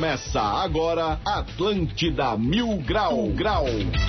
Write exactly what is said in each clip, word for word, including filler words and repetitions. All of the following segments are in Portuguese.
Começa agora Atlântida Mil Grau Grau.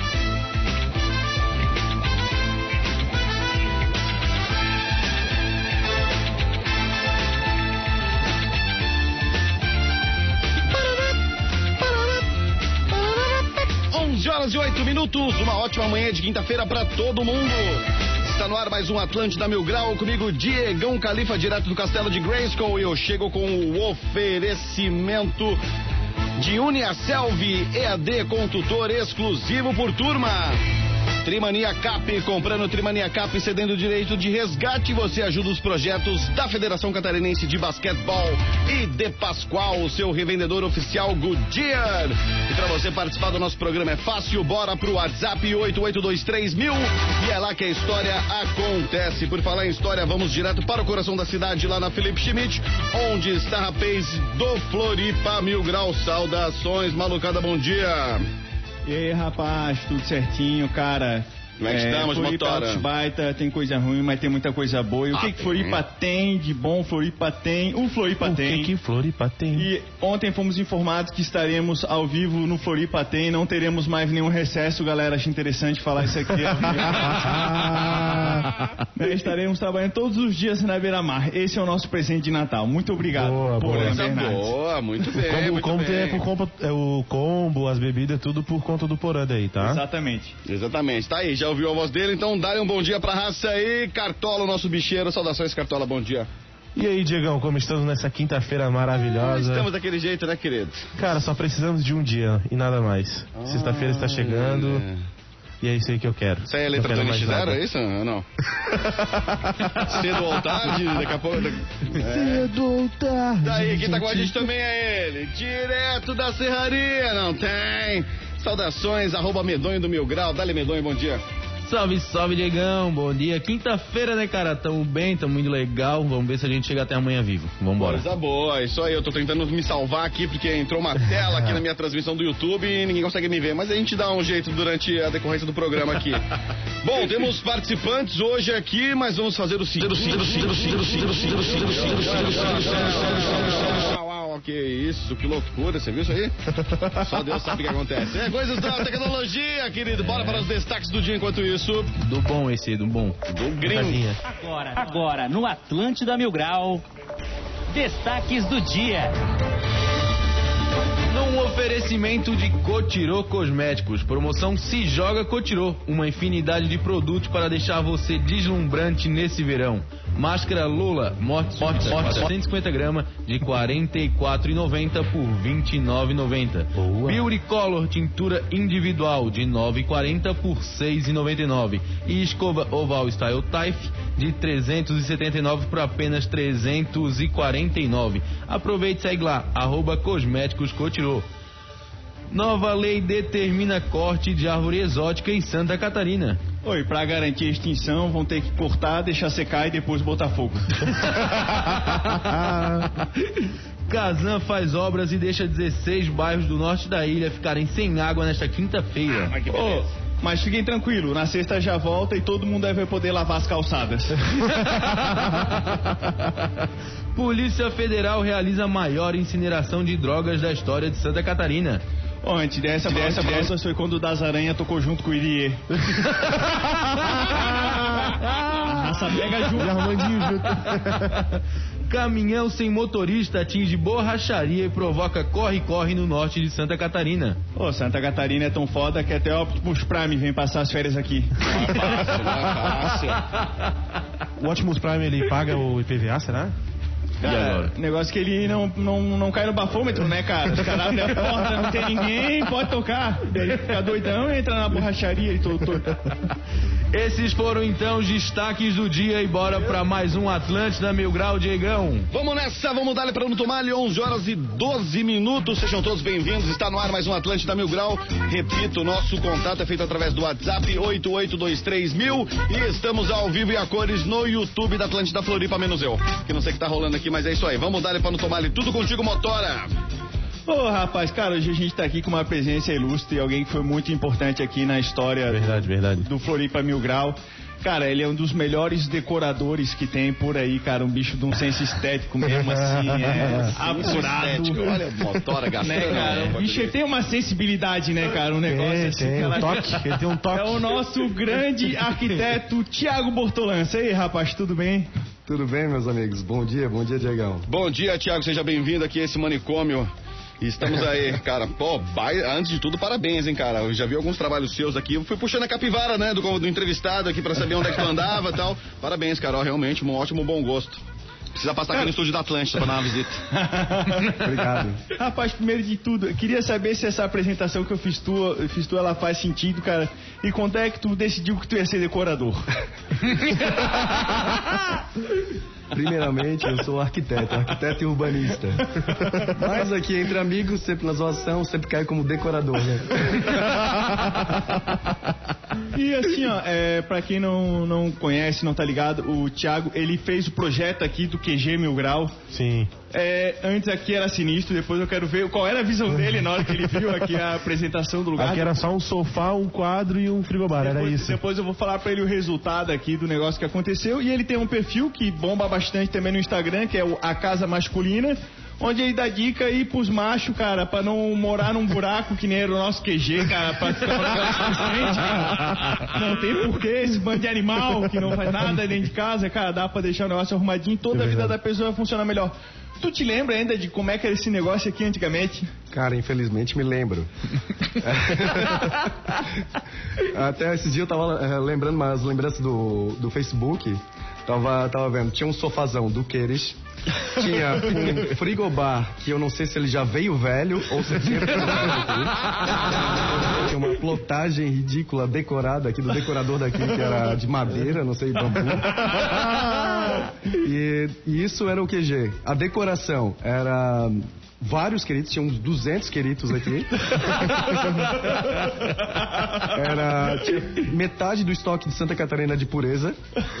onze horas e oito minutos, uma ótima manhã de quinta-feira para todo mundo. Está no ar mais um Atlântida Mil Grau, comigo Diegão Califa, direto do Castelo de Grayskull, e eu chego com o oferecimento de Uniaselv E A D com tutor exclusivo por turma. Trimania Cap, comprando Trimania Cap, cedendo o direito de resgate, você ajuda os projetos da Federação Catarinense de Basquetebol e De Pascoal, o seu revendedor oficial Goodyear. E para você participar do nosso programa é fácil, bora pro WhatsApp oito oito dois três mil e é lá que a história acontece. Por falar em história, vamos direto para o coração da cidade, lá na Felipe Schmidt, onde está a rapaz do Floripa Mil Grau. Saudações, malucada, bom dia. E aí, rapaz, tudo certinho, cara? Como é que estamos, motora? Baita, tem coisa ruim, mas tem muita coisa boa. E o ah, que que Floripa tem de bom? Floripa tem, o Floripa o tem. O que que Floripa tem? E ontem fomos informados que estaremos ao vivo no Floripa tem, não teremos mais nenhum recesso, galera. Achei interessante falar isso aqui. Estaremos trabalhando todos os dias na Beira-Mar. Esse é o nosso presente de Natal. Muito obrigado. Boa, boa. Boa, muito bem. O combo, muito combo bem. É, por combo, é o combo, as bebidas, tudo por conta do Porã aí, tá? Exatamente. Exatamente. Tá aí, já ouviu a voz dele, então dá um bom dia pra raça aí. Cartola, nosso bicheiro. Saudações, Cartola, bom dia. E aí, Diegão, como estamos nessa quinta-feira maravilhosa? Ah, estamos daquele jeito, né, querido? Cara, só precisamos de um dia e nada mais. Ah, Sexta-feira está chegando. É. E é isso aí que eu quero. Isso aí é a letra do N X zero, é isso ou não? Cedo ou tarde, daqui a pouco... É. Cedo ou tarde. Daí, quem tá com a gente também é ele, direto da Serraria, não tem? Saudações, arroba Medonho do Mil Grau. Dale, Medonho, bom dia. Salve, salve, Diegão, bom dia. Quinta-feira, né, cara? Tamo bem, tamo muito legal. Vamos ver se a gente chega até amanhã vivo. Vambora. Coisa boa, isso aí. Eu tô tentando me salvar aqui porque entrou uma tela aqui na minha transmissão do YouTube e ninguém consegue me ver. Mas a gente dá um jeito durante a decorrência do programa aqui. Bom, temos participantes hoje aqui, mas vamos fazer o seguinte. Que isso, que loucura, você viu isso aí? Só Deus sabe o que acontece. É coisas da tecnologia, querido. Bora para os destaques do dia enquanto isso. Do bom esse, do bom. Do gringo. Agora, agora, no Atlântida Mil Grau, destaques do dia. Num oferecimento de Cotirô Cosméticos, promoção Se Joga Cotirô, uma infinidade de produtos para deixar você deslumbrante nesse verão. Máscara Lula, morte morte cento e cinquenta gramas, de quarenta e quatro reais e noventa centavos por vinte e nove reais e noventa centavos. Beauty Color, tintura individual, de nove reais e quarenta centavos por seis reais e noventa e nove centavos. E escova Oval Style Type, de trezentos e setenta e nove reais por apenas trezentos e quarenta e nove reais. Aproveite e segue lá, arroba Cosméticos Cotirô. Nova lei determina corte de árvore exótica em Santa Catarina. Oi, pra garantir a extinção, vão ter que cortar, deixar secar e depois botar fogo. Casan faz obras e deixa dezesseis bairros do norte da ilha ficarem sem água nesta quinta-feira. Ah, mas que beleza. Oh. Mas fiquem tranquilos, na sexta já volta e todo mundo deve poder lavar as calçadas. Polícia Federal realiza a maior incineração de drogas da história de Santa Catarina. Oh, antes dessa, dessa, dessa foi quando o Das Aranha tocou junto com o Irie. Nossa, pega junto. Armandinho junto. Caminhão sem motorista atinge borracharia e provoca corre-corre no norte de Santa Catarina. Ô, oh, Santa Catarina é tão foda que até Optimus Prime vem passar as férias aqui. Não é fácil, não é fácil. O Optimus Prime, ele paga o I P V A, será? Cara, negócio que ele não, não, não cai no bafômetro, né, cara? Os caras abrem a porta, não tem ninguém, pode tocar. Daí fica doidão e entra na borracharia e todo, todo. Esses foram então os destaques do dia e bora pra mais um Atlântida Mil Grau, Diegão. Vamos nessa, vamos dar para o Tomalho, onze horas e doze minutos. Sejam todos bem-vindos, está no ar mais um Atlântida Mil Grau. Repito, o nosso contato é feito através do WhatsApp oito oito dois três mil e estamos ao vivo e a cores no YouTube da Atlântida Floripa, menos eu, que não sei o que tá rolando aqui, mas é isso aí. Vamos dar para o Tomalho, tudo contigo, motora. Ô, oh, rapaz, cara, hoje a gente tá aqui com uma presença ilustre, alguém que foi muito importante aqui na história verdade, verdade. do Floripa Mil Grau. Cara, ele é um dos melhores decoradores que tem por aí, cara. Um bicho de um senso estético mesmo, assim, é apurado. Olha, motora gastando. Né, cara? O bicho ele tem uma sensibilidade, né, cara? Um negócio tem, assim. Tem um toque, ele tem um toque. É o nosso grande arquiteto Thiago Bortolança. E aí, rapaz, tudo bem? Tudo bem, meus amigos? Bom dia, bom dia, Diegão. Bom dia, Thiago. Seja bem-vindo aqui a esse manicômio. Estamos aí, cara. Pô, antes de tudo, parabéns, hein, cara. Eu já vi alguns trabalhos seus aqui. Eu fui puxando a capivara, né, do, do entrevistado aqui pra saber onde é que tu andava e tal. Parabéns, cara. Ó, realmente, um ótimo bom gosto. Precisa passar aqui no estúdio da Atlântida pra dar uma visita. Obrigado. Rapaz, primeiro de tudo, eu queria saber se essa apresentação que eu fiz tua, eu fiz tua, ela faz sentido, cara. E quando é que tu decidiu que tu ia ser decorador? Primeiramente, eu sou arquiteto, arquiteto e urbanista. Mas aqui entre amigos, sempre na zoação, sempre cai como decorador, né? E assim, ó, é, pra quem não, não conhece, não tá ligado, o Thiago, ele fez o projeto aqui do Q G Mil Grau. Sim. É, antes aqui era sinistro, depois eu quero ver qual era a visão dele na hora que ele viu aqui a apresentação do lugar. Aqui era só um sofá, um quadro e um frigobar, depois, era isso. Depois eu vou falar pra ele o resultado aqui do negócio que aconteceu. E ele tem um perfil que bomba bastante também no Instagram, que é o A Casa Masculina, onde ele dá dica aí pros machos, cara, pra não morar num buraco que nem era o nosso Q G, cara, pra ficar frente, cara. Não tem porquê esse bando de animal que não faz nada dentro de casa, cara, dá pra deixar o negócio arrumadinho, toda a vida da pessoa vai funcionar melhor. Tu te lembra ainda de como é que era esse negócio aqui antigamente? Cara, infelizmente me lembro. Até esses dias eu tava é, lembrando umas lembranças do, do Facebook. Tava, tava vendo, tinha um sofazão do Queires. Tinha um frigobar, que eu não sei se ele já veio velho ou se tinha tinha uma plotagem ridícula decorada aqui do decorador daqui, que era de madeira, não sei, bambu. E, e isso era o Q G. A decoração era vários queridos, tinha uns duzentos queridos aqui. Era tinha metade do estoque de Santa Catarina de pureza.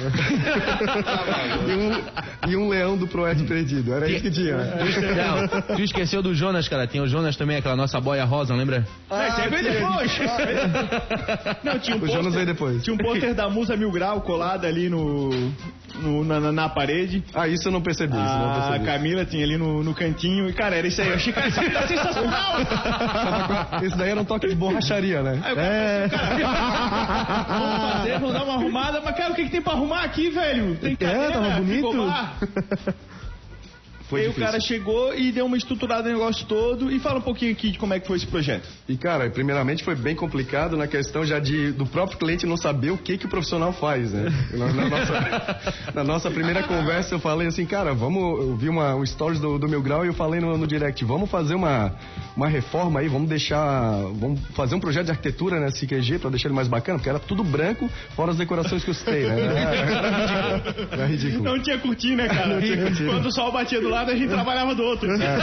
e, um, e um leão do Proed perdido. Era isso que tinha. Não, tu esqueceu do Jonas, cara. Tinha o Jonas também, aquela nossa boia rosa, lembra? Ah, esse aí veio depois. Não, tinha um o Jonas pôster, veio depois. Tinha um pôster da Musa Mil Grau colado ali no, no na, na, na parede. Ah, isso eu não percebi. Isso eu não percebi. A Camila tinha ali no, no cantinho. E, cara, era isso aí. Eu achei que isso tá sensacional. Esse daí era um toque de borracharia, né? Aí, é. Cara, vamos fazer, vamos dar uma arrumada. Mas, cara, o que, que tem pra arrumar aqui, velho? Tem cadeira, é, tava bonito. frigobar. Foi Aí difícil. o cara chegou e deu uma estruturada no negócio todo. E fala um pouquinho aqui de como é que foi esse projeto. E, cara, primeiramente foi bem complicado na questão já de do próprio cliente não saber o que que o profissional faz, né? Na, na, nossa, na nossa primeira conversa eu falei assim, cara, vamos... Eu vi uma, um stories do, do Mil Grau e eu falei no, no direct, vamos fazer uma, uma reforma aí, vamos deixar... Vamos fazer um projeto de arquitetura nesse Q G pra deixar ele mais bacana, porque era tudo branco, fora as decorações que eu citei, né? Era, era ridículo. Era ridículo. Não tinha cortina, cara. Não tinha cortina. Quando o sol batia do lado, a gente trabalhava do outro. É.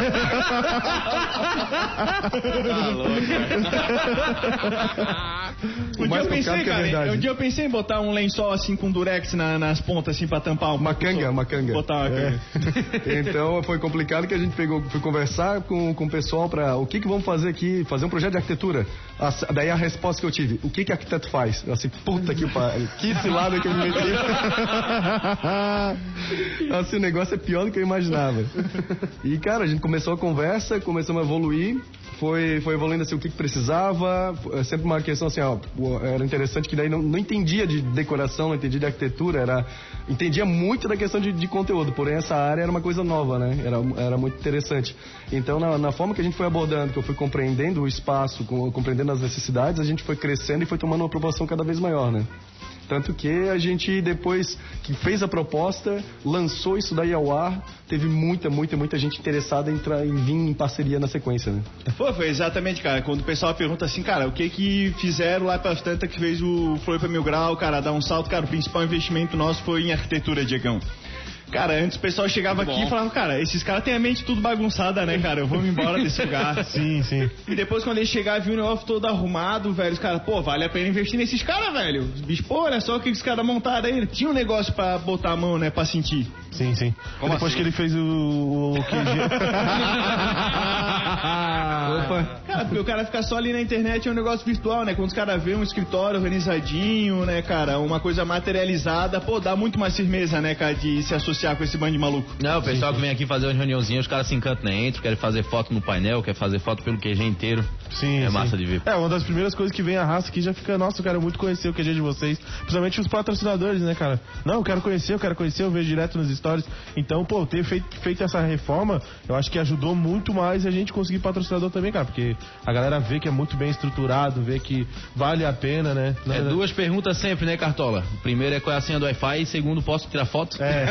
Um dia eu pensei, cara, é um dia eu pensei em botar um lençol assim com durex na, nas pontas assim pra tampar uma canga, uma canga. Botar uma canga. É. Então foi complicado que a gente pegou, foi conversar com, com o pessoal pra o que que vamos fazer aqui, fazer um projeto de arquitetura. A, daí a resposta que eu tive, o que que arquiteto faz? Eu assim, puta que pariu, que cilada que eu me meti. Assim, o negócio é pior do que eu imaginava. E, cara, a gente começou a conversa, começamos a evoluir, foi, foi evoluindo assim o que, que precisava, é sempre uma questão assim, ó, era interessante que daí não, não entendia de decoração, não entendia de arquitetura, era, entendia muito da questão de, de conteúdo, porém essa área era uma coisa nova, né, era, era muito interessante. Então, na, na forma que a gente foi abordando, que eu fui compreendendo o espaço, com, compreendendo as necessidades, a gente foi crescendo e foi tomando uma proporção cada vez maior, né. Tanto que a gente, depois que fez a proposta, lançou isso daí ao ar, teve muita, muita, muita gente interessada em, entrar, em vir em parceria na sequência, né? Pô, foi exatamente, cara. Quando o pessoal pergunta assim, cara, o que que fizeram lá pra Tanta que fez o Floripa Mil Grau, cara, dar um salto, cara, o principal investimento nosso foi em arquitetura, Diegão. Cara, antes o pessoal chegava aqui e falava, cara, esses caras têm a mente tudo bagunçada, né, cara? Eu vou me embora desse lugar. Sim, sim. E depois, quando eles chegavam e viam o negócio todo arrumado, velho, os caras, pô, vale a pena investir nesses caras, velho. Os bichos, pô, olha só o que os caras montaram aí. Tinha um negócio pra botar a mão, né, pra sentir. Sim, sim. Como Depois assim? que ele fez o, o Q G. Opa. Cara, porque o cara fica só ali na internet é um negócio virtual, né? Quando os caras vêem um escritório organizadinho, né, cara, uma coisa materializada, pô, dá muito mais firmeza, né, cara, de se associar com esse bando de maluco. Não, o pessoal que vem aqui fazer uma reuniãozinha, os caras se encantam dentro, querem fazer foto no painel, querem fazer foto pelo Q G inteiro. Sim, É sim. massa de ver. É, uma das primeiras coisas que vem a raça aqui já fica, nossa, eu quero muito conhecer o Q G de vocês. Principalmente os patrocinadores, né, cara? Não, eu quero conhecer, eu quero conhecer, eu vejo direto nos stories. Então, pô, ter feito, feito essa reforma, eu acho que ajudou muito mais a gente conseguir patrocinador também, cara. Porque a galera vê que é muito bem estruturado, vê que vale a pena, né? É Não, duas perguntas sempre, né, Cartola? O primeiro é qual é a senha do Wi-Fi e segundo, posso tirar foto? É.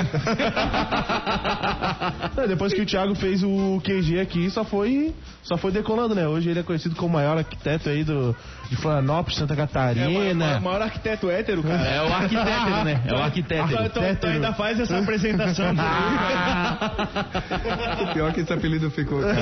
Não, depois que o Thiago fez o Q G aqui, só foi, só foi decolando, né? Hoje ele é conhecido como o maior arquiteto aí do, de Florianópolis, Santa É o maior, Catarina. maior, maior arquiteto hétero, cara. É o arquiteto, né? É o arquiteto. Então, então, então ainda faz essa apresentação pra O pior é que esse apelido ficou, cara.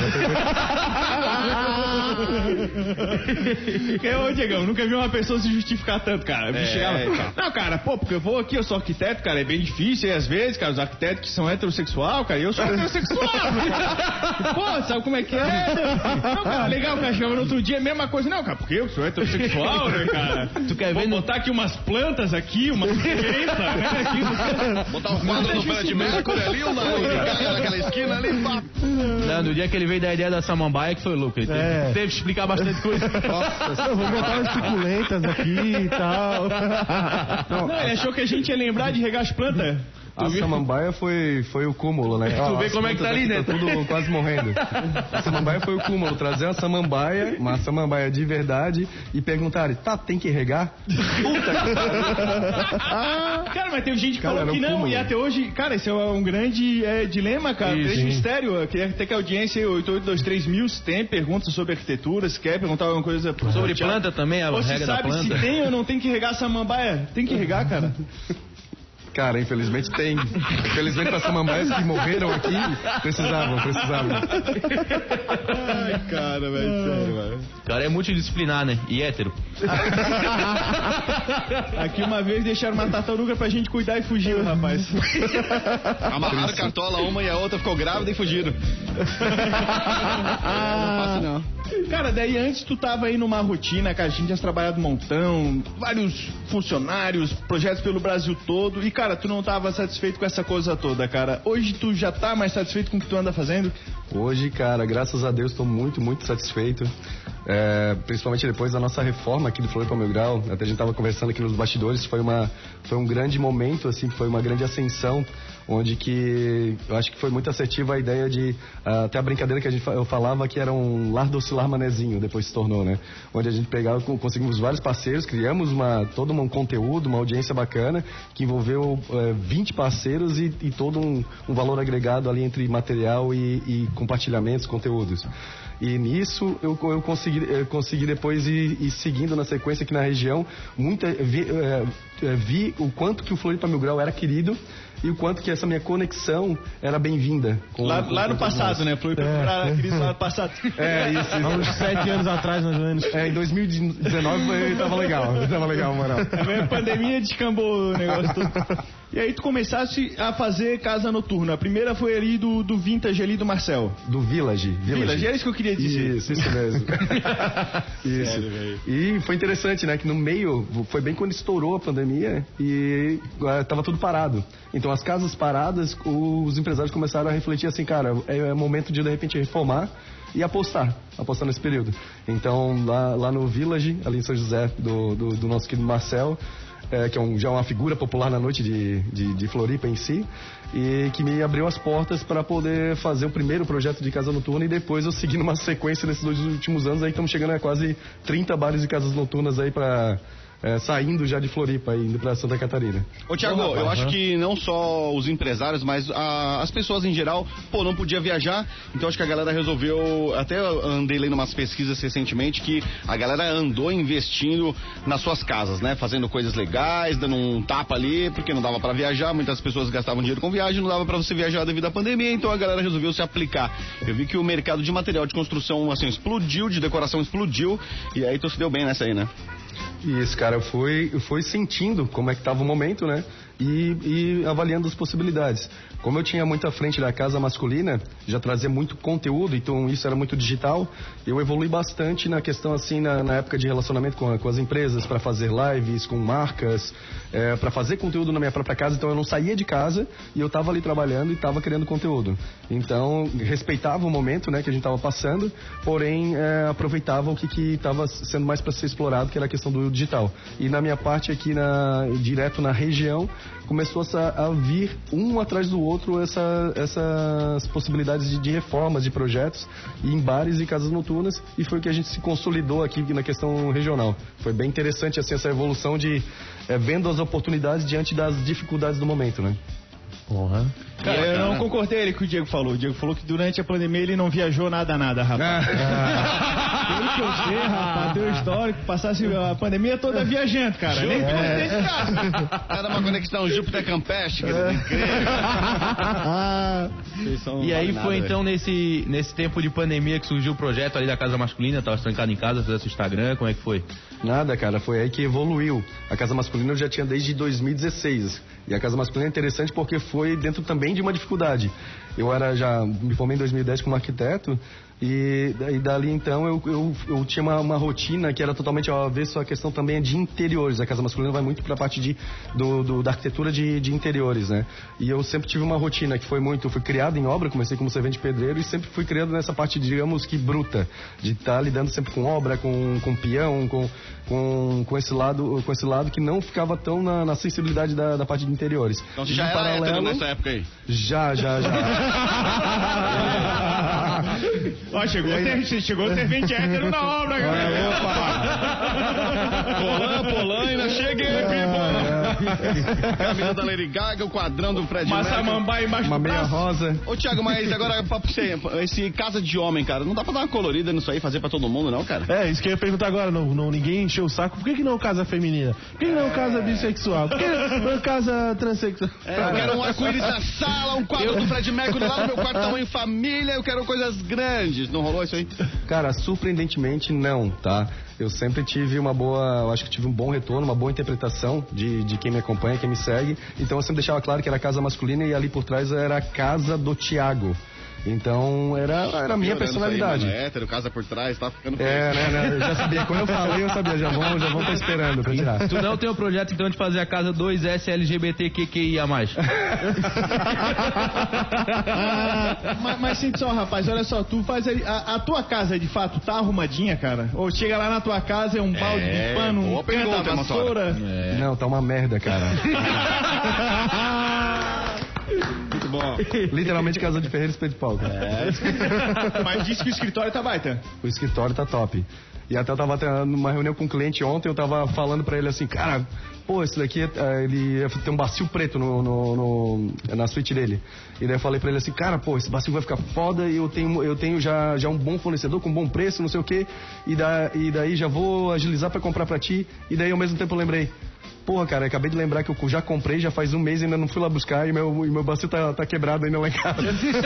ele. Que é, ô, Diegão, nunca vi uma pessoa se justificar tanto, cara. É, Chegava, cara. não, cara, pô, porque eu vou aqui, eu sou arquiteto, cara, é bem difícil, e às vezes, cara, os arquitetos que são heterossexual, cara, eu sou heterossexual. Pô, sabe como é que é? Não, cara, legal, cara, chegava no outro dia, mesma coisa. Não, cara, porque eu sou heterossexual, né, cara? Tu quer ver Vou no... botar aqui umas plantas aqui, uma sujeita, né? Aqui, Botar um quadro no Planet Mercury ali, ou não? Naquela esquina ali, pá. Não, no dia que ele veio da ideia da samambaia, que foi louco. Ele teve, É. teve que explicar bastante coisa. Eu vou botar umas suculentas aqui e tal. Não, ele achou que a gente ia lembrar de regar as plantas. A samambaia foi, foi o cúmulo, né? Tu vê como é que tá ali, né? Tá tudo quase morrendo. A samambaia foi o cúmulo. Trazer uma samambaia, uma samambaia de verdade e perguntarem, tá, tem que regar? Puta que Cara, mas teve gente que Cara, falou que era um não, cúmulo. e até hoje, cara, esse é um grande é, dilema, cara, Isso, grande sim. mistério. Eu queria até que a audiência oito oito dois três mil se tem perguntas sobre arquitetura, se quer perguntar alguma coisa pro Sobre Thiago. planta também, a Ou se regra da sabe planta. se tem ou não tem que regar essa samambaia. Tem que regar, cara. Cara, infelizmente tem. Infelizmente para samambaias que morreram aqui, precisavam, precisavam. Ai, cara, velho, sério, velho. O cara é multidisciplinar, né? E hétero. Aqui uma vez deixaram uma tartaruga pra gente cuidar e fugiu, rapaz. Amarraram cartola uma e a outra ficou grávida e fugiram. Não faço não. Cara, daí antes tu tava aí numa rotina, cara, a gente tinha trabalhado um montão, vários funcionários, projetos pelo Brasil todo, e cara, tu não tava satisfeito com essa coisa toda, cara. Hoje tu já tá mais satisfeito com o que tu anda fazendo? Hoje, cara, graças a Deus, estou muito, muito satisfeito. É, principalmente depois da nossa reforma aqui do Floripa Mil Grau. Até a gente estava conversando aqui nos bastidores. Foi, uma, foi um grande momento, assim, foi uma grande ascensão, onde que eu acho que foi muito assertiva a ideia de uh, até a brincadeira que a gente eu falava que era um lar docilar manezinho, depois se tornou, né? Onde a gente pegava, conseguimos vários parceiros, criamos uma, todo um conteúdo, uma audiência bacana, que envolveu uh, vinte parceiros e, e todo um, um valor agregado ali entre material e, e compartilhamentos, conteúdos. E nisso eu, eu, consegui, eu consegui depois ir, ir seguindo na sequência aqui na região, muita, vi, é, vi o quanto que o Floripa Mil Grau era querido e o quanto que essa minha conexão era bem-vinda. com- Lá, com- lá com no todos passado, nós. né? Foi pra Cris lá no passado. É, isso. Há uns sete anos atrás, mais ou menos. É, em dois mil e dezenove foi- tava legal, tava legal, moral. A pandemia descambou o negócio todo. E aí tu começaste a fazer casa noturna. A primeira foi ali do, do Vintage ali do Marcel. Do Village. Village. Village, era isso que eu queria dizer. Isso, isso mesmo. Isso. Sério, velho. E foi interessante, né? Que no meio, foi bem quando estourou a pandemia e uh, tava tudo parado. Então as casas paradas, os empresários começaram a refletir assim, cara, é, é momento de de repente reformar e apostar, apostar nesse período. Então lá, lá no Village, ali em São José, do, do, do nosso querido Marcel, é, que é um, já uma figura popular na noite de, de, de Floripa em si, e que me abriu as portas para poder fazer o primeiro projeto de casa noturna e depois eu segui numa sequência nesses dois últimos anos, aí estamos chegando a quase trinta bares e casas noturnas aí para é, saindo já de Floripa e indo pra Santa Catarina. Ô, Thiago, Ô, rapaz, eu acho né? que não só os empresários, mas a- as pessoas em geral, pô, não podia viajar, então acho que a galera resolveu, até eu andei lendo umas pesquisas recentemente, que a galera andou investindo nas suas casas, né? Fazendo coisas legais, dando um tapa ali, porque não dava pra viajar, muitas pessoas gastavam dinheiro com viagem, não dava pra você viajar devido à pandemia, então a galera resolveu se aplicar. Eu vi que o mercado de material de construção, assim, explodiu, de decoração explodiu, e aí tu se deu bem nessa aí, né? E esse cara foi, foi sentindo como é que estava o momento, né? E, e avaliando as possibilidades. Como eu tinha muita frente da casa masculina, já trazia muito conteúdo, então isso era muito digital. Eu evolui bastante na questão assim, na, na época de relacionamento com, com as empresas, para fazer lives com marcas, é, para fazer conteúdo na minha própria casa. Então eu não saía de casa e eu estava ali trabalhando e estava criando conteúdo. Então respeitava o momento, né, que a gente estava passando, porém é, aproveitava o que estava sendo mais para ser explorado, que era a questão do digital. E na minha parte aqui, na, direto na região, começou a, a vir um atrás do outro essa, essas possibilidades de, de reformas, de projetos em bares e casas noturnas, e foi o que a gente se consolidou aqui na questão regional. Foi bem interessante assim, essa evolução de é, vendo as oportunidades diante das dificuldades do momento, né? Porra. Cara, eu não concordei com o que o Diego falou. O Diego falou que durante a pandemia ele não viajou nada, nada, rapaz. Pelo que eu sei, rapaz, teu histórico, passasse a pandemia toda viajando, cara. Nem é. desse caso. Era uma conexão Júpiter Campestre, que é. E aí foi então nesse, nesse tempo de pandemia que surgiu o projeto ali da Casa Masculina, tava trancado em casa, fizesse o Instagram, como é que foi? Nada, cara, foi aí que evoluiu. A Casa Masculina eu já tinha desde dois mil e dezesseis. E a Casa Masculina é interessante porque foi dentro também de uma dificuldade. Eu era já, me formei em dois mil e dez como arquiteto, e, e dali então eu, eu, eu tinha uma, uma rotina que era totalmente ao avesso a questão também de interiores. A Casa Masculina vai muito para a parte de, do, do, da arquitetura de, de interiores, né? E eu sempre tive uma rotina que foi muito, fui criado em obra, comecei como servente pedreiro e sempre fui criado nessa parte, digamos que bruta, de estar tá lidando sempre com obra, com, com peão, com, com, com, esse lado, com esse lado que não ficava tão na, na sensibilidade da, da parte de interiores. Então você já era hétero nessa época aí? Já, já, já. Ó, chegou, ter, chegou o servente hétero na obra, galera. Opa! Polan, Polaina, cheguei, people! Camisa da Lady Gaga, o quadrão do Fred Mercury. Massamambá embaixo Uma do meia braço. rosa. Ô, Thiago, mas agora, papo você, esse casa de homem, cara, não dá pra dar uma colorida nisso aí, fazer pra todo mundo, não, cara? É, isso que eu ia perguntar agora, não, não, ninguém encheu o saco. Por que, que não casa feminina? Por que, que não casa bissexual? Por que não casa transexual? É, eu quero um arco-íris na sala, um quadro do Fred Mercury lá no meu quarto, tamanho família, eu quero coisas grandes. Não rolou isso aí? Cara, surpreendentemente não, tá? Eu sempre tive uma boa, eu acho que tive um bom retorno, uma boa interpretação de, de quem me acompanha, quem me segue. Então eu sempre deixava claro que era a casa masculina e ali por trás era a casa do Thiago. Então era, era a minha personalidade. Aí, mano, é hétero, casa por trás, tá ficando... É, né, né, eu já sabia, quando eu falei eu sabia, já vão, já vão estar esperando pra tirar. Tu não tem o projeto então de fazer a casa dois S L G B T Q Q I A mais? mas, mas sente só, rapaz, olha só, tu faz aí, a, a tua casa de fato tá arrumadinha, cara? Ou chega lá na tua casa, é um balde É, de pano, um boa pergunta, canta, vassoura? É. Não, tá uma merda, cara. Muito bom. Literalmente casa de ferreiro e espeto de pau, cara. É. Mas disse que o escritório tá baita. O escritório tá top. E até eu tava tendo uma reunião com um cliente ontem, eu tava falando pra ele assim, cara, pô, esse daqui, é, ele tem um bacio preto no, no, no, na suíte dele. E daí eu falei pra ele assim, cara, pô, esse bacio vai ficar foda e eu tenho, eu tenho já, já um bom fornecedor com bom preço, não sei o quê. E, da, e daí já vou agilizar pra comprar pra ti. E daí ao mesmo tempo eu lembrei, porra, cara, acabei de lembrar que eu já comprei, já faz um mês e ainda não fui lá buscar e meu, e meu bacio tá, tá quebrado ainda lá em casa.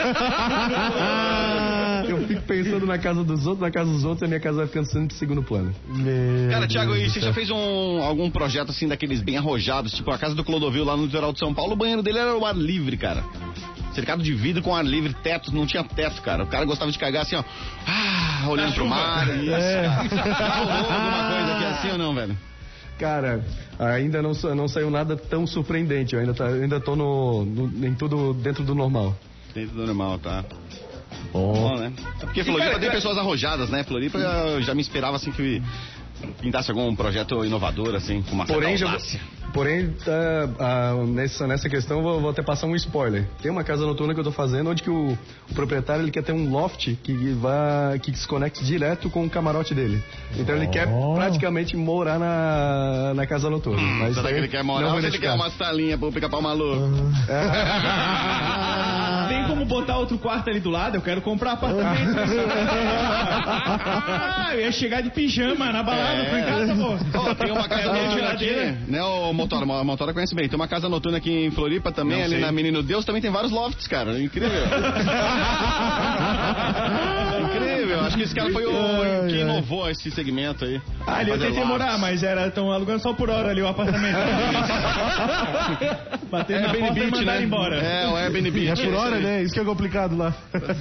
Eu fico pensando na casa dos outros, na casa dos outros e a minha casa vai ficando sempre em segundo plano. Meu Cara, Thiago, Deus e do você céu. já fez um, algum projeto assim daqueles bem arrojados, tipo a casa do Clodovil lá no litoral de São Paulo, o banheiro dele era o ar livre, cara. Cercado de vidro com ar livre, teto, não tinha teto, cara. O cara gostava de cagar assim, ó, ah, olhando pro mar. Isso, É. cara. Já rolou alguma coisa aqui assim ou não, velho? Cara, ainda não, não saiu nada tão surpreendente. Eu ainda, tá, ainda tô no, no, em tudo dentro do normal. Dentro do normal, tá? Oh. Bom, né? É porque Floripa tem pessoas arrojadas, né? Floripa eu já me esperava assim que pintasse algum projeto inovador, assim, com uma Porém, certa já vou, audácia. Porém, tá, ah, nessa, nessa questão, eu vou, vou até passar um spoiler. Tem uma casa noturna que eu tô fazendo, onde que o, o proprietário ele quer ter um loft que, vai, que se conecte direto com o camarote dele. Então ele quer praticamente morar na, na casa noturna. Hum, Mas será que ele quer morar ou ele quer uma salinha pro pica-pau maluco? Tem como botar outro quarto ali do lado? Eu quero comprar apartamento. Ah, eu ia chegar de pijama na balada, É. fui em casa, pô. Ó, tem uma casa É minha noturna aqui, geladeira. né, o Motora, o Motora conhece bem. Tem uma casa noturna aqui em Floripa também, Não ali sei. na Menino Deus, também tem vários lofts, cara. Incrível. Incrível. Acho que esse cara foi o que inovou esse segmento aí. Ah, ali eu Fazer tentei lofts. morar, mas era tão alugando só por hora ali o apartamento. Batendo na Airbnb, porta e mandaram né? embora. É, o Airbnb. É por hora, né? Isso que é complicado lá.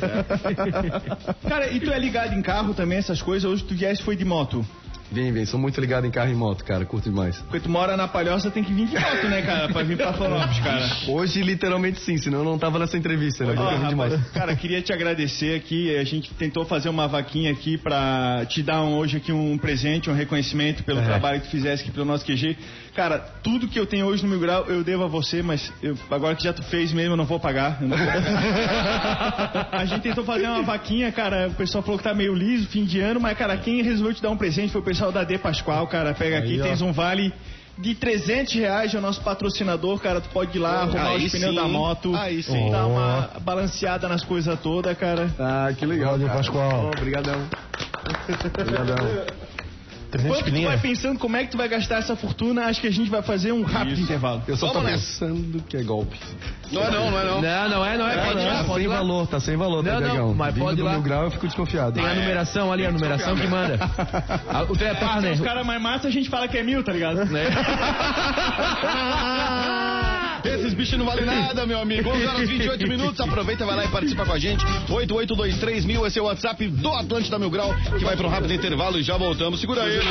Cara, e tu é ligado em carro também, essas coisas? Hoje tu viesse foi de moto. Vem, vem. Sou muito ligado em carro e moto, cara. Curto demais. Porque tu mora na Palhoça, tem que vir de moto, né, cara? Pra vir pra Florianópolis, cara. Hoje, literalmente sim, senão eu não tava nessa entrevista, né? Ó, Porque é ruim rapaz, demais. cara, queria te agradecer aqui. A gente tentou fazer uma vaquinha aqui pra te dar um- hoje aqui um presente, um reconhecimento pelo É. trabalho que tu fizesse aqui pelo nosso Q G. Cara, tudo que eu tenho hoje no Mil Grau eu devo a você, mas eu- agora que já tu fez mesmo, eu não vou pagar. Eu não vou. A gente tentou fazer uma vaquinha, cara. O pessoal falou que tá meio liso, fim de ano, mas, cara, quem resolveu te dar um presente foi o pessoal da D Pascoal, cara. Pega aqui, Aí, ó. tens um vale de trezentos reais, é o nosso patrocinador, cara. Tu pode ir lá, arrumar Aí os pneus sim, da hein? moto, Aí sim. dar uma balanceada nas coisas todas, cara. Ah, que legal, Valeu, cara. Pascoal. Oh, Obrigadão. Obrigadão. trezentos Enquanto tu pilinha. vai pensando como é que tu vai gastar essa fortuna, acho que a gente vai fazer um rápido intervalo. Eu só tô Vamos nessa. pensando que é golpe. Não é não, não é não. Não, não é, não é. Pode ir lá, Tá pode sem ir lá. valor, tá sem valor, tá, Não, não, Diegão? mas Vindo pode ir do lá. Mil Grau, eu fico desconfiado. Tem a numeração ali, a numeração que manda. Ah, O teu é Os partner. caras mais massa a gente fala que é mil, tá ligado? Né? Esses bichos não valem nada, meu amigo. onze horas e vinte e oito minutos. Aproveita, vai lá e participa com a gente. oito oito dois três mil, esse é o WhatsApp do Atlântida Mil Grau, que vai para um rápido intervalo e já voltamos. Segura ele.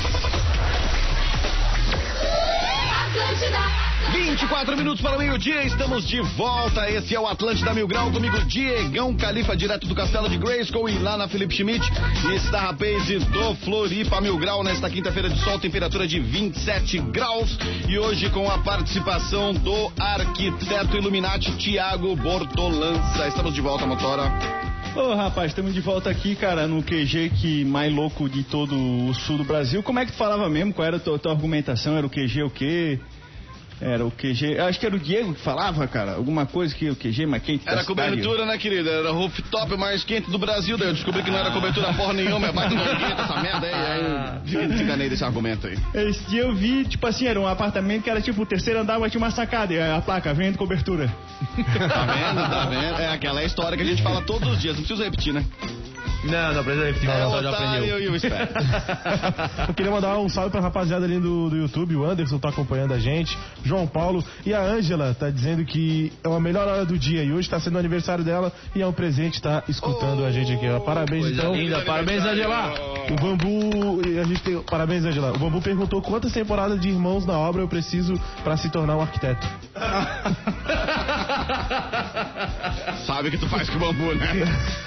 vinte e quatro minutos para o meio-dia, estamos de volta. Esse é o Atlântida Mil Grau, comigo Diegão Califa, direto do Castelo de Grayskull, e lá na Felipe Schmidt está a Paze do Floripa Mil Grau, nesta quinta-feira de sol, temperatura de vinte e sete graus, e hoje com a participação do arquiteto Illuminati Tiago Bortolança. Estamos de volta, Motora. Ô, rapaz, estamos de volta aqui, cara, no Q G que mais louco de todo o sul do Brasil. Como é que tu falava mesmo? Qual era a tua, tua argumentação? Era o Q G o quê? Era o Q G... Acho que era o Diego que falava, cara. Alguma coisa que o Q G mais quente da Era a cidade. cobertura, né, querida? Era o rooftop mais quente do Brasil. Daí eu descobri que não era cobertura porra nenhuma, é mais nojenta essa merda aí. Aí desenganei desse argumento aí. Esse dia eu vi, tipo assim, era um apartamento que era tipo o terceiro andar, mas tinha uma sacada. E a placa, vendo cobertura. Tá vendo? Tá vendo? É aquela história que a gente fala todos os dias. Não precisa repetir, né? Não, não precisa repetir, É não, o só já otário aprendeu. e o esperto. Eu queria mandar um salve pra rapaziada ali do, do YouTube. O Anderson tá acompanhando a gente, João Paulo e a Ângela tá dizendo que é a melhor hora do dia e hoje tá sendo o aniversário dela e é um presente tá escutando a gente aqui. Ó. Parabéns, Coisa então. linda, parabéns, Angela. O Bambu, e a gente tem, parabéns, Angela. O Bambu perguntou quantas temporadas de Irmãos na obra eu preciso pra se tornar um arquiteto. Sabe o que tu faz com o bambu, né?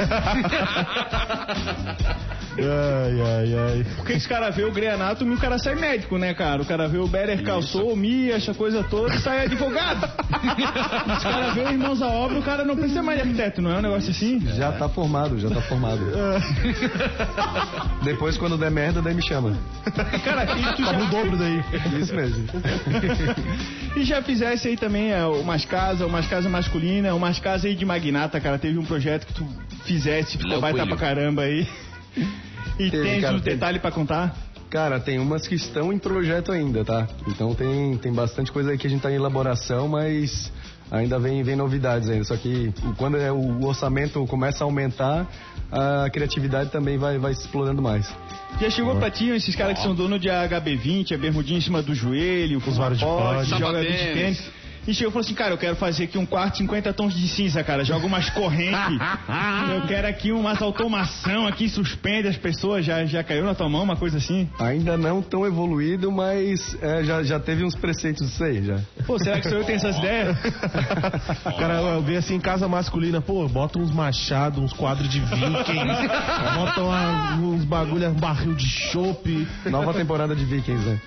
Ai, ai, ai. Porque esse cara vê o Grey Anatomy e o cara sai médico, né, cara? O cara vê o Better Call Saul, o Mia, essa coisa toda e sai advogado. Esse cara vê o Irmãos à Obra, o cara não precisa mais de arquiteto, não é um negócio assim? Já tá formado, já tá formado. Depois, quando der merda, daí me chama. Cara, e tu Cobra o já, dobro daí. Isso mesmo. e já fizesse aí também é, umas casas, umas casas masculinas, umas casas aí de magnata, cara. Teve um projeto que tu fizesse, ficou Léo vai estar Coelho. pra caramba aí. E Teve, tens cara, uns teve. detalhes pra contar? Cara, tem umas que estão em projeto ainda, tá? Então tem, tem bastante coisa aí que a gente tá em elaboração, mas ainda vem, vem novidades ainda. Só que quando é, o orçamento começa a aumentar, a criatividade também vai, vai explorando mais. Já chegou pra ti esses caras que são donos de H B vinte, a bermudinha em cima do joelho, com Os vários de pote, pote. joga Sapatênis. beach tênis. e chegou e falou assim, cara, eu quero fazer aqui um quarto cinquenta tons de cinza, cara, joga umas correntes, eu quero aqui umas automação aqui, suspende as pessoas, já, já caiu na tua mão, uma coisa assim? Ainda não tão evoluído, mas é, já, já teve uns preceitos disso aí, já. Pô, será que sou eu que tenho essas ideias? Cara, eu vi assim, em casa masculina, pô, bota uns machados, uns quadros de Vikings, bota uma, uns bagulho, um barril de chopp. Nova temporada de Vikings, né?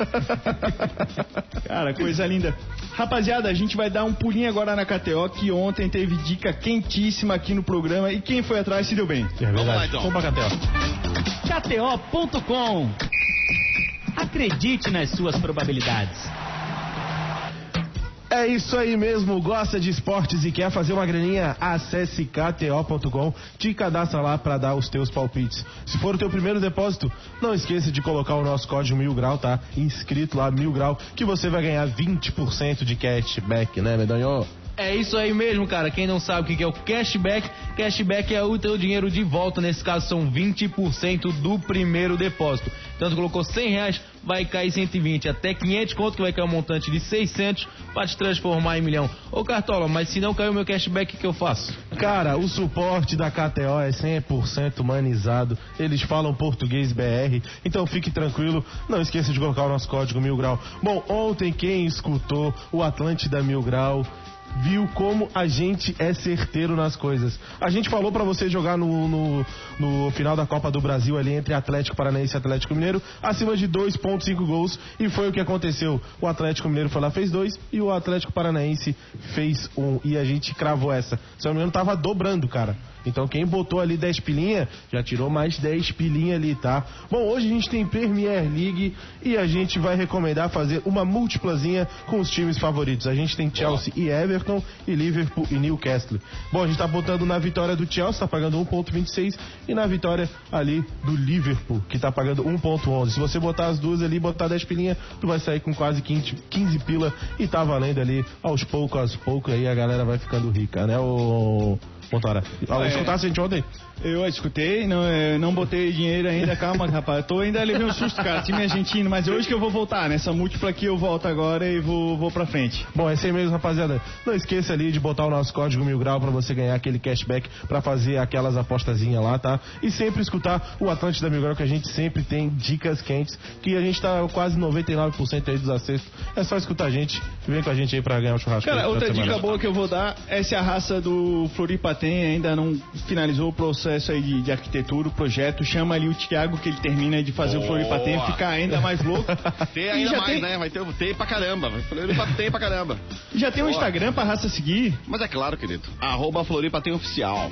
Cara, coisa linda. Rapaziada, a gente vai dar um pulinho agora na K T O, que ontem teve dica quentíssima aqui no programa e quem foi atrás se deu bem. É verdade. Vamos lá, então. Vamos pra K T O. K T O ponto com. Acredite nas suas probabilidades. É isso aí mesmo, gosta de esportes e quer fazer uma graninha? Acesse K T O ponto com, te cadastra lá pra dar os teus palpites. Se for o teu primeiro depósito, não esqueça de colocar o nosso código Mil Grau, tá? Inscrito lá, Mil Grau, que você vai ganhar vinte por cento de cashback, né, Medonho? É isso aí mesmo, cara. Quem não sabe o que é o cashback, cashback é o teu dinheiro de volta. Nesse caso, são vinte por cento do primeiro depósito. Tanto colocou cem reais, vai cair cento e vinte. Até quinhentos conto, que vai cair um montante de seiscentos para te transformar em milhão. Ô, Cartola, mas se não caiu meu cashback, o que eu faço? Cara, o suporte da K T O é cem por cento humanizado. Eles falam português B R, então fique tranquilo. Não esqueça de colocar o nosso código Mil Grau. Bom, ontem quem escutou o Atlântida Mil Grau viu como a gente é certeiro nas coisas. A gente falou pra você jogar no, no, no final da Copa do Brasil ali entre Atlético Paranaense e Atlético Mineiro acima de dois ponto cinco gols e foi o que aconteceu. O Atlético Mineiro foi lá, fez dois e o Atlético Paranaense fez um e a gente cravou essa. Se não me engano, tava dobrando, cara. Então quem botou ali dez pilinha, já tirou mais dez pilinha ali, tá? Bom, hoje a gente tem Premier League e a gente vai recomendar fazer uma múltiplazinha com os times favoritos. A gente tem Chelsea e Everton e Liverpool e Newcastle. Bom, a gente tá botando na vitória do Chelsea, tá pagando um ponto vinte e seis e na vitória ali do Liverpool, que tá pagando um ponto onze. Se você botar as duas ali, botar dez pilinha, tu vai sair com quase quinze, quinze pila e tá valendo ali aos poucos, aos poucos aí a galera vai ficando rica, né, o... Motora. Ah, É. Escutasse a gente ontem? Eu escutei, não, eu não botei dinheiro ainda, calma, rapaz. Eu tô ainda levei um susto, cara, time argentino, mas hoje que eu vou voltar, nessa múltipla aqui eu volto agora e vou, vou pra frente. Bom, é assim mesmo, rapaziada. Não esqueça ali de botar o nosso código Mil Grau pra você ganhar aquele cashback pra fazer aquelas apostazinhas lá, tá? E sempre escutar o Atlântida Mil Grau, que a gente sempre tem dicas quentes, que a gente tá quase noventa e nove por cento aí dos acessos. É só escutar a gente, vem com a gente aí pra ganhar o churrasco. Cara, aí, outra toda dica semana. boa que eu vou dar é se a raça do Floripa tem, ainda não finalizou o processo aí de, de arquitetura, o projeto, chama ali o Thiago que ele termina de fazer Boa. o Floripa tem, ficar ainda mais louco. Tem E ainda já mais, tem- né? Vai ter o T pra caramba. Vai Floripa tem pra caramba. Já tem um Boa. Instagram pra raça seguir. Mas é claro, querido. Arroba Floripa tem oficial.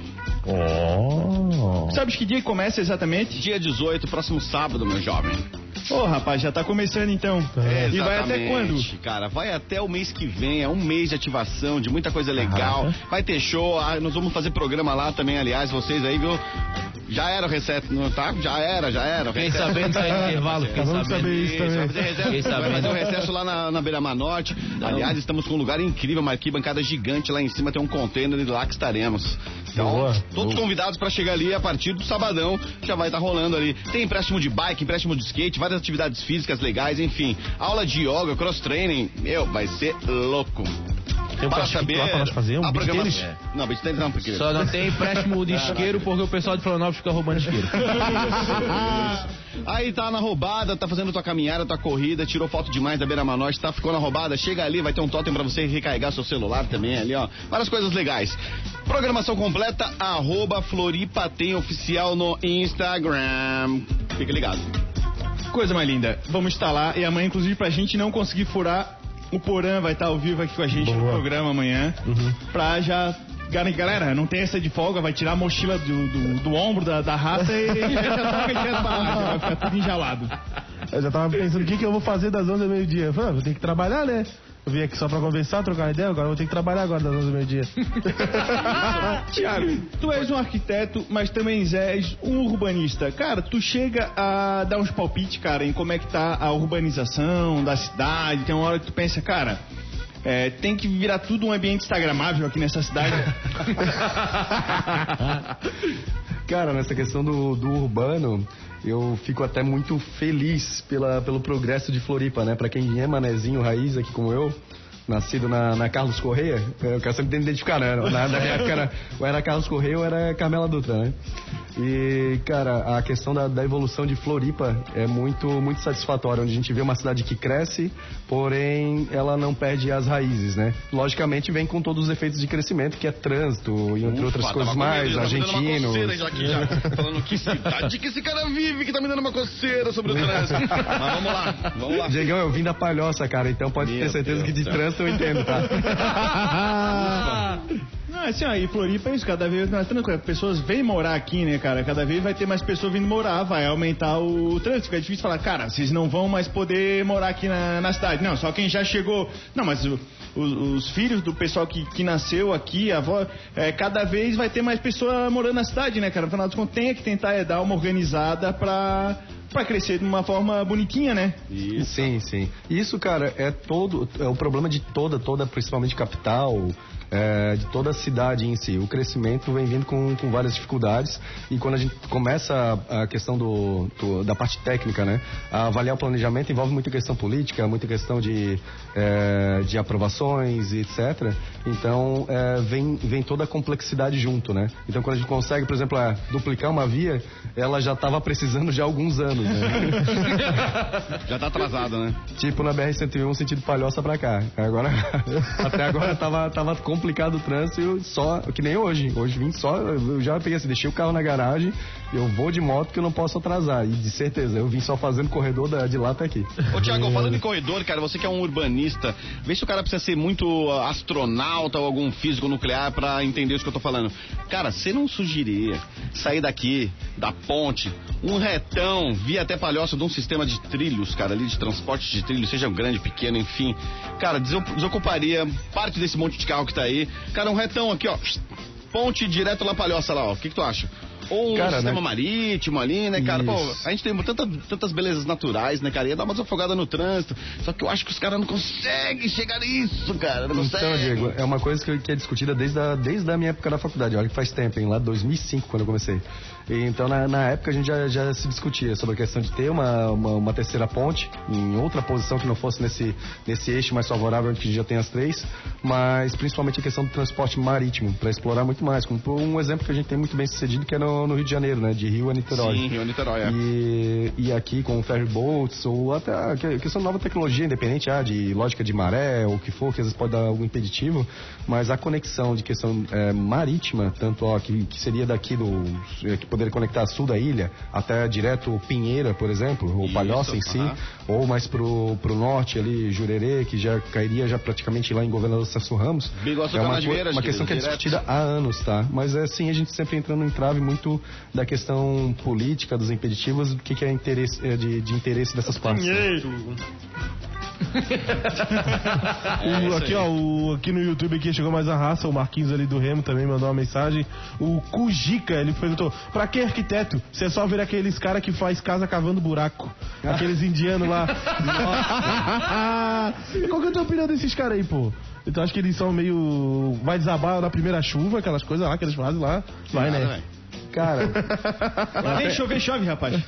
Oh. Sabes que dia que começa exatamente? Dia dezoito, próximo sábado, meu jovem. Ô, rapaz, já tá começando então. E vai até quando? Exatamente, cara, vai até o mês que vem, é um mês de ativação, de muita coisa legal. Vai ter show, ah, nós vamos fazer programa lá também, aliás, vocês aí, viu? Já era o recesso, não tá? Já era, já era. o Fiquei recesso. sabendo sair do intervalo, fiquei Acabamos de sabendo. saber isso Isso, vai também. fazer, recesso, Fiquei vai sabendo. fazer o recesso lá na, na Beira-Mar Norte. Aliás, estamos com um lugar incrível, uma arquibancada gigante lá em cima, tem um container e lá que estaremos. Então, Boa. todos convidados para chegar ali a partir do sabadão, já vai estar rolando ali. Tem empréstimo de bike, empréstimo de skate, várias atividades físicas legais, enfim. Aula de yoga, cross training, meu, vai ser louco. Tem um Para crossfit saber lá pra nós fazer, um a beach programação. tênis? Não, beach tênis não, porque... Só não tem empréstimo de isqueiro porque o pessoal de Florianópolis fica roubando isqueiro. Aí tá na roubada, tá fazendo tua caminhada, tua corrida, tirou foto demais da Beira Manote, tá, ficou na roubada, chega ali, vai ter um totem pra você recarregar seu celular também ali, ó. Várias coisas legais. Programação completa, arroba Floripa tem oficial no Instagram. Fica ligado. Coisa mais linda. Vamos estar lá e amanhã, inclusive, pra gente não conseguir furar, o Porã vai estar ao vivo aqui com a gente no Boa. programa amanhã. Pra já... Galera, não tem essa de folga, vai tirar a mochila do, do, do ombro da, da raça e já toca direto pra lá, já vai ficar tudo enjalado. Eu já tava pensando o que, que eu vou fazer das onze ao meio-dia. Eu falei, ah, vou ter que trabalhar, né? Eu vim aqui só pra conversar, trocar uma ideia, agora eu vou ter que trabalhar agora das onze ao meio-dia. Tiago, tu és um arquiteto, mas também és um urbanista. Cara, tu chega a dar uns palpites, cara, em como é que tá a urbanização da cidade. Tem uma hora que tu pensa, cara, é, tem que virar tudo um ambiente instagramável aqui nessa cidade. Cara, nessa questão do, do urbano, eu fico até muito feliz pela, pelo progresso de Floripa, né? Pra quem é manezinho raiz aqui como eu, nascido na, na Carlos Correia, eu quero sempre identificar, né? Na, na minha época era, ou era Carlos Correia ou era Carmela Dutra, né? E, cara, a questão da, da evolução de Floripa é muito, muito satisfatória, onde a gente vê uma cidade que cresce, porém ela não perde as raízes, né? Logicamente vem com todos os efeitos de crescimento, que é trânsito, e entre Ufa, outras coisas mais, argentinos. Aqui já, falando que cidade que esse cara vive, que tá me dando uma coceira sobre o trânsito. Mas vamos lá, vamos lá. Diegão, eu vim da Palhoça, cara, então pode Meu ter certeza Deus que de trânsito eu entendo, tá? Não, assim, ó, e Floripa é isso, cada vez mais tranquilo. Pessoas vêm morar aqui, né, cara? Cada vez vai ter mais pessoas vindo morar, vai aumentar o trânsito. Fica difícil falar, cara, vocês não vão mais poder morar aqui na, na cidade. Não, só quem já chegou. Não, mas o, os, os filhos do pessoal que, que nasceu aqui, a avó, é, cada vez vai ter mais pessoas morando na cidade, né, cara? No final dos contos, tem que tentar é, dar uma organizada pra. Pra crescer de uma forma bonitinha, né? Isso. Sim, sim. Isso, cara, é todo, é o problema de toda, toda, principalmente capital, é, de toda a cidade em si. O crescimento vem vindo com, com várias dificuldades e quando a gente começa a, a questão do, do, da parte técnica, né? A avaliar o planejamento envolve muita questão política, muita questão de, é, de aprovações e etcétera. Então, é, vem, vem toda a complexidade junto, né? Então, quando a gente consegue, por exemplo, é, duplicar uma via, ela já estava precisando já há alguns anos. Né? Já tá atrasado, né? Tipo na B R cento e um, sentido Palhoça pra cá. Agora, até agora tava, tava complicado o trânsito, só, que nem hoje. Hoje vim só, eu já peguei assim, deixei o carro na garagem, eu vou de moto que eu não posso atrasar. E de certeza, eu vim só fazendo corredor da, de lá até aqui. Ô, Thiago, falando em corredor, cara, você que é um urbanista, vê se o cara precisa ser muito astronauta ou algum físico nuclear pra entender isso que eu tô falando. Cara, você não sugeriria sair daqui, da ponte, um retão, via até Palhoça de um sistema de trilhos, cara, ali de transporte de trilhos, seja grande, pequeno, enfim. Cara, desocuparia parte desse monte de carro que tá aí. Cara, um retão aqui, ó, ponte direto lá Palhoça lá, ó. O que que tu acha? Ou um cara, sistema né? marítimo ali, né, cara? Pô, a gente tem tanta, tantas belezas naturais, né, cara? Ia dar uma desafogada no trânsito. Só que eu acho que os caras não conseguem chegar nisso, cara. Não conseguem. Então, Diego, é uma coisa que, que é discutida desde a, desde a minha época da faculdade. Olha que faz tempo, hein? Lá dois mil e cinco, quando eu comecei. E, então, na, na época, a gente já, já se discutia sobre a questão de ter uma, uma, uma terceira ponte em outra posição que não fosse nesse, nesse eixo mais favorável, que a gente já tem as três. Mas, principalmente, a questão do transporte marítimo, para explorar muito mais. Como por um exemplo que a gente tem muito bem sucedido, que é no, no Rio de Janeiro, né? De Rio a Niterói. Sim, Rio a Niterói, é. E, e aqui com ferry boats, ou até a questão de nova tecnologia, independente ah, de lógica de maré, ou o que for, que às vezes pode dar algum impeditivo, mas a conexão de questão é, marítima, tanto ó, que, que seria daqui do... que poderia conectar sul da ilha, até direto Pinheira, por exemplo, ou Palhoça em si, uh-huh. ou mais pro, pro norte ali, Jurerê, que já cairia já praticamente lá em Governador Celso Ramos. Biguaçu, é uma, Veiras, uma questão que é direto. discutida há anos, tá? Mas é assim, a gente sempre entrando no entrave muito da questão política, dos impeditivos, do que, que é interesse, é de, de interesse dessas partes. Dinheiro. O, aqui, ó, o, aqui no YouTube aqui chegou mais a raça, o Marquinhos ali do Remo também mandou uma mensagem. O Cujica, ele perguntou: pra que arquiteto? Você é só ver aqueles caras que faz casa cavando buraco. Aqueles indianos lá. Qual que é a tua opinião desses caras aí, pô? Então acho que eles são meio... vai desabar na primeira chuva, aquelas coisas lá que eles fazem lá. Vai, né? Cara, Vem chover, chove, rapaz.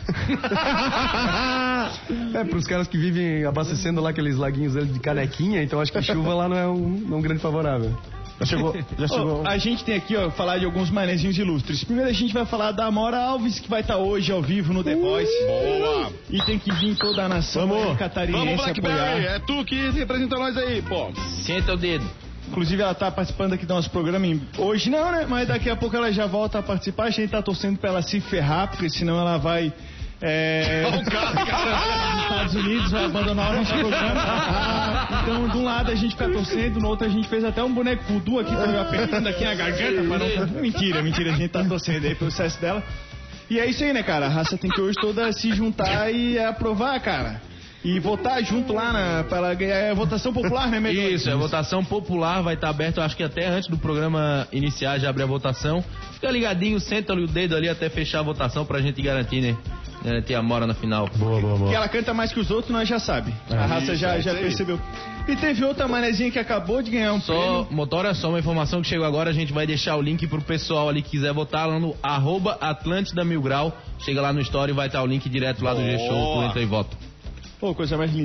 é pros caras que vivem abastecendo lá aqueles laguinhos ali de canequinha, então acho que chuva lá não é um, não é um grande favorável. Já chegou, já chegou. Oh, a gente tem aqui, ó, falar de alguns manezinhos ilustres. Primeiro a gente vai falar da Amora Alves, que vai estar hoje ao vivo no The Voice. Boa! E tem que vir toda a nação Vamos. catarinense Vamos, Blackberry! apoiar. É tu que representa nós aí, pô. Senta o dedo. Inclusive ela tá participando aqui do nosso programa em... hoje não, né? Mas daqui a pouco ela já volta a participar. A gente tá torcendo pra ela se ferrar, porque senão ela vai... É... O cara, cara. Os Estados Unidos vai abandonar o nosso programa. Então, de um lado a gente fica torcendo, no outro a gente fez até um boneco voodoo aqui, tô apertando aqui a garganta, mas não... Mentira, mentira, a gente tá torcendo aí pelo sucesso dela. E é isso aí, né, cara? A raça tem que hoje toda se juntar e aprovar, cara. E votar junto lá na, para ela ganhar a votação popular, né, melhor? Isso, a votação popular vai estar aberta, acho que até antes do programa iniciar já abre a votação. Fica ligadinho, senta o dedo ali até fechar a votação pra gente garantir, né? Garantir a Mora na final. Boa, boa, boa. Que ela canta mais que os outros, nós já sabe. A raça isso, já, é já isso aí. percebeu. E teve outra manezinha que acabou de ganhar um Só, prêmio. motora só, uma informação que chegou agora, a gente vai deixar o link pro pessoal ali que quiser votar lá no arroba Atlântida Mil Grau. Chega lá no story e vai estar o link direto lá do G-Show, tu entra e vota. Pô, coisa mais linda.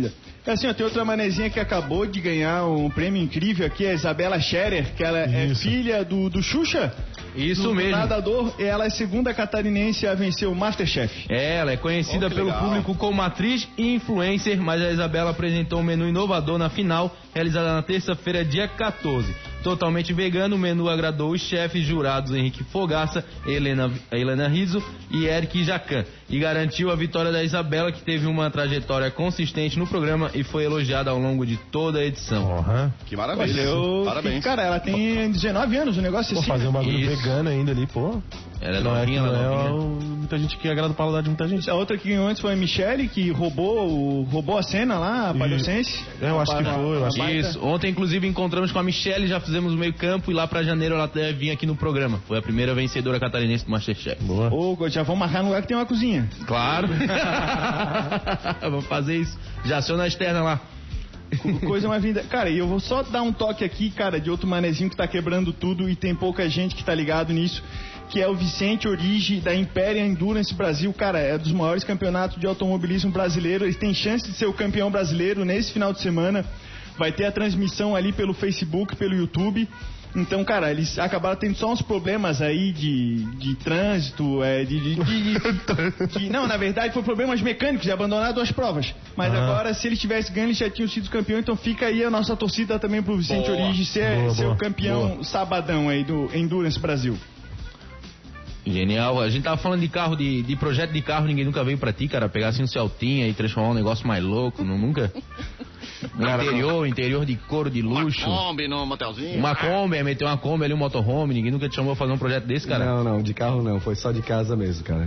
É assim, ó, tem outra manezinha que acabou de ganhar um prêmio incrível aqui, a Isabela Scherer, que ela Isso. é filha do, do Xuxa. Isso do mesmo. nadador, e ela é a segunda catarinense a vencer o Masterchef. É, ela é conhecida Oh, que pelo legal. público como atriz e influencer, mas a Isabela apresentou um menu inovador na final, realizada na terça-feira, dia quatorze. Totalmente vegano, o menu agradou os chefes jurados Henrique Fogaça, Helena, Helena Rizzo e Eric Jacan, e garantiu a vitória da Isabela, que teve uma trajetória consistente no programa e foi elogiada ao longo de toda a edição. Porra. Que maravilha. Eu- Parabéns. Cara, ela tem dezenove anos, o negócio Pô, assim. fazer um bagulho Isso. vegano ainda ali, pô. Ela é Não é, que novinha, não ela é é novinha. o- muita gente que agrada o paladar de muita gente. A outra que ganhou antes foi a Michelle, que roubou, o- roubou a cena lá, a palhocense. Eu acho que foi, eu acho que Isso, ontem inclusive encontramos com a Michelle, já fizemos o meio campo e lá pra janeiro ela deve vir aqui no programa. Foi a primeira vencedora catarinense do Masterchef. Boa. Ô, já vamos marcar no lugar que tem uma cozinha. Claro. Vamos fazer isso. Já aciona a externa lá. Coisa mais linda. Cara, e eu vou só dar um toque aqui, cara, de outro manezinho que tá quebrando tudo e tem pouca gente que tá ligado nisso, que é o Vicente Origi da Impéria Endurance Brasil. Cara, é dos maiores campeonatos de automobilismo brasileiro. Eles têm chance de ser o campeão brasileiro nesse final de semana. Vai ter a transmissão ali pelo Facebook, pelo YouTube. Então, cara, eles acabaram tendo só uns problemas aí de, de trânsito, é, de, de, de- de- Não, na verdade, foi problemas mecânicos de abandonar duas provas. Mas Ah. agora, se eles tivessem ganho, eles já tinham sido campeão. Então fica aí a nossa torcida também pro Vicente Boa. Origi ser, Boa, ser boa. o campeão sabadão aí do Endurance Brasil. Genial. A gente tava falando de carro, de, de projeto de carro, ninguém nunca veio pra ti, cara. Pegar assim um Celtinha e transformar um negócio mais louco, não, nunca? Interior, interior de couro de luxo. Kombi no motelzinho. Uma Kombi, é meter uma Kombi ali, um motorhome. Ninguém nunca te chamou pra fazer um projeto desse, cara? Não, não, de carro não, foi só de casa mesmo, cara.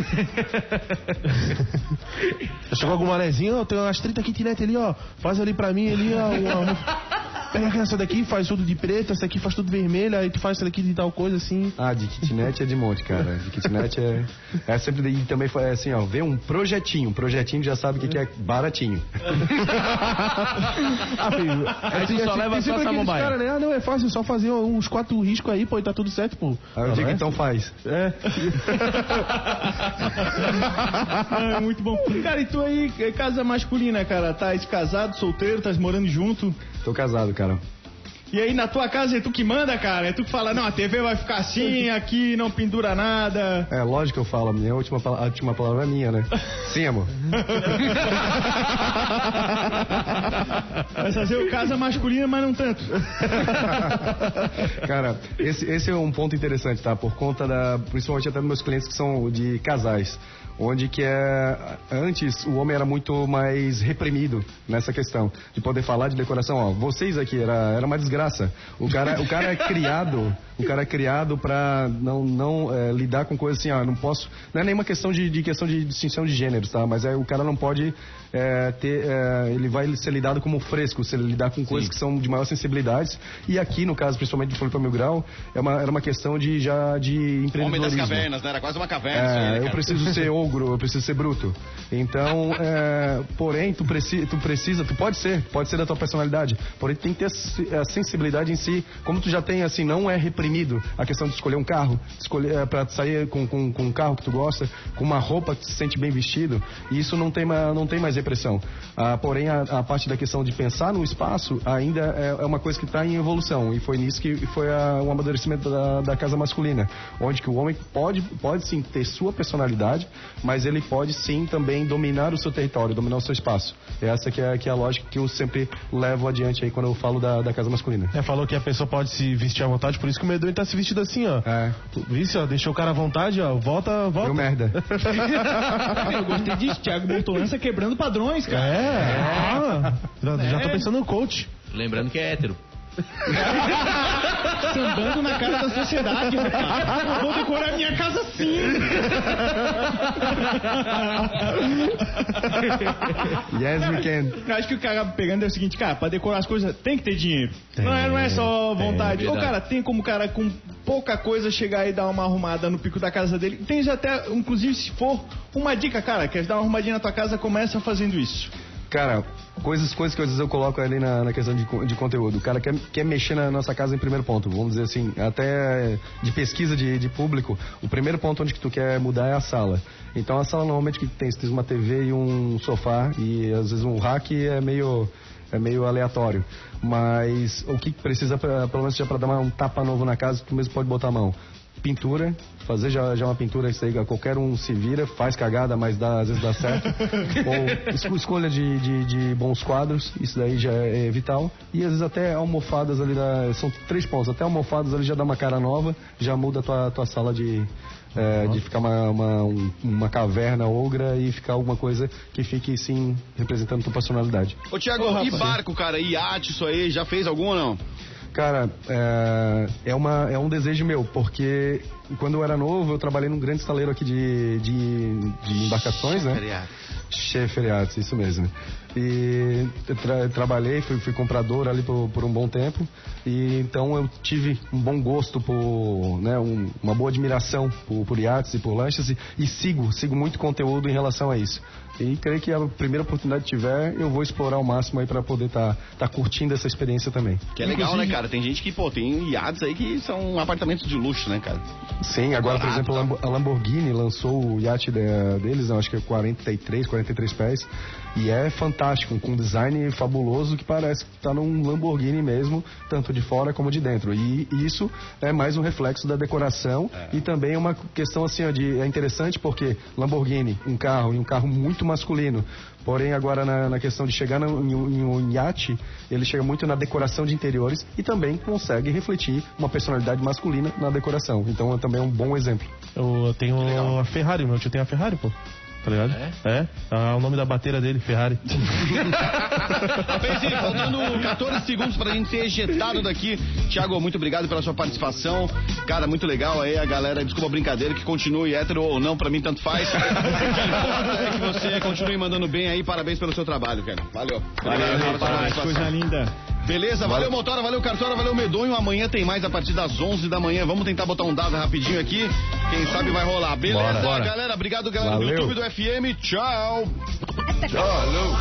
Chegou algum manezinho, ó, tem umas trinta kitnet ali, ó. Faz ali pra mim ali, ó. Uma... Pega essa daqui, faz tudo de preto, essa aqui faz tudo vermelho, aí tu faz essa daqui de tal coisa assim. Ah, de kitnet é de monte, cara. De kitnet é, é sempre. E também foi assim, ó, vê um projetinho. Um projetinho já sabe o que, que é baratinho. Ah, filho, Aí tu só leva só a samambaia. cara, né? Ah, não, é fácil, só fazer uns quatro riscos aí, pô, e tá tudo certo, pô. Aí eu Não, digo, é? então faz. É. Ah, muito bom. Cara, e tu aí, é casa masculina, cara? Tá casado, solteiro, tá morando junto? Tô casado, cara. E aí na tua casa é tu que manda, cara? É tu que fala, não, a T V vai ficar assim, aqui não pendura nada. É, lógico que eu falo, a minha última, pala- a última palavra é minha, né? Sim, amor. Vai fazer o casa masculina, mas não tanto. Cara, esse, esse é um ponto interessante, tá? Por conta da, principalmente até dos meus clientes que são de casais, onde que é, antes o homem era muito mais reprimido nessa questão, de poder falar de decoração, ó, vocês aqui, era, era uma desgraça. O cara, o cara é criado, o cara é criado pra não, não é, lidar com coisas assim, ó, não posso, não é nenhuma questão de, de questão de distinção de gêneros, tá? Mas é, o cara não pode é, ter, é, ele vai ser lidado como fresco, se ele lidar com coisas que são de maior sensibilidade. E aqui, no caso, principalmente do Felipe Mil Grau, é uma, era uma questão de já de Homem das empreendedorismo. cavernas, né? Era quase uma caverna. isso aí, É, né, eu cara? preciso ser ogro, eu preciso ser bruto. Então, é, porém, tu, preci, tu precisa, tu pode ser, pode ser da tua personalidade, porém tu tem que ter a se- a sensibilidade em si, como tu já tem, assim, não é reprimido a questão de escolher um carro, escolher é, pra sair com, com, com um carro que tu gosta, com uma roupa que tu se sente bem vestido, e isso não tem, ma- não tem mais repressão. Ah, porém, a, a parte da questão de pensar no espaço ainda é, é uma coisa que está em evolução, e foi nisso que foi a, o amadurecimento da, da casa masculina, onde que o homem pode, pode sim ter sua personalidade, mas ele pode sim também dominar o seu território, dominar o seu espaço. Essa que é, que é a lógica que eu sempre levo adiante aí quando eu falo da, da casa masculina. É, falou que a pessoa pode se vestir à vontade, por isso que o Medonho tá se vestido assim, ó. É. Vice, ó, deixou o cara à vontade, ó. Volta, volta. Deu merda. Eu gostei disso, Thiago Bortolança quebrando padrões, cara. É, ah, já, já tô pensando no coach. Lembrando que é hétero. Sambando na cara da sociedade, rapaz. Eu vou decorar minha casa assim. Yes, we can. Eu acho que o cara pegando é o seguinte, cara, pra decorar as coisas tem que ter dinheiro. Não é, não é só vontade. é Ou, verdade. cara, tem como o cara com pouca coisa chegar e dar uma arrumada no pico da casa dele. Tem até, inclusive, se for uma dica, cara, quer dar uma arrumadinha na tua casa, começa fazendo isso. Cara, coisas, coisas que às vezes eu coloco ali na, na questão de, de conteúdo. O cara quer, quer mexer na nossa casa em primeiro ponto, vamos dizer assim, até de pesquisa de, de público, o primeiro ponto onde que tu quer mudar é a sala. Então a sala normalmente que tem, tem uma T V e um sofá e às vezes um rack é meio... é meio aleatório, mas o que precisa, pra, pelo menos já para dar uma, um tapa novo na casa, tu mesmo pode botar a mão. Pintura, fazer já, já uma pintura, isso aí, qualquer um se vira, faz cagada, mas dá, às vezes dá certo. Ou escolha de, de, de bons quadros, isso daí já é vital. E às vezes até almofadas ali, da, são três pontos, até almofadas ali já dá uma cara nova, já muda a tua, tua sala de... É, de ficar uma, uma, um, uma caverna ogra e ficar alguma coisa que fique, sim, representando tua personalidade. Ô, Thiago, oh, e barco, cara? Iate, isso aí, já fez algum ou não? Cara, é, é, uma, é um desejo meu, porque quando eu era novo, eu trabalhei num grande estaleiro aqui de, de, de embarcações, né? Cheferiatos, isso mesmo. E eu tra trabalhei, fui, fui comprador ali por, por um bom tempo. E então eu tive um bom gosto por, né, um, uma boa admiração por, por iates e por lanchas. E, e sigo, sigo muito conteúdo em relação a isso. E creio que a primeira oportunidade que tiver, eu vou explorar ao máximo aí pra poder tá, tá curtindo essa experiência também. Que é legal, Inclusive... né, cara? Tem gente que, pô, tem iates aí que são apartamentos de luxo, né, cara? Sim, agora, por exemplo, a Lamborghini lançou o iate deles, acho que é quarenta e três, quarenta e três pés. E é fantástico, com um design fabuloso que parece que tá num Lamborghini mesmo, tanto de fora como de dentro. E isso é mais um reflexo da decoração é. E também é uma questão assim, ó, de, é interessante porque Lamborghini, um carro e um carro muito masculino. Porém, agora na, na questão de chegar no, em, em um iate, ele chega muito na decoração de interiores e também consegue refletir uma personalidade masculina na decoração. Então, é também um bom exemplo. Eu tenho a Ferrari, meu tio tem a Ferrari, pô. Tá ligado? É? É. Ah, o nome da bateira dele, Ferrari. Pensi, faltando quatorze segundos pra gente ser ejetado daqui. Thiago, muito obrigado pela sua participação. Cara, muito legal aí a galera. Desculpa a brincadeira, que continue hétero ou não, pra mim tanto faz. O que importa é que você continue mandando bem aí. Parabéns pelo seu trabalho, cara. Valeu. Valeu, valeu rapaz, coisa linda. Beleza, valeu Motora, valeu Cartola, valeu Medonho. Amanhã tem mais a partir das onze da manhã. Vamos tentar botar um dado rapidinho aqui. Quem sabe vai rolar. Beleza, bora, bora. Galera. Obrigado, galera valeu. Do YouTube do F M. Tchau. Tchau.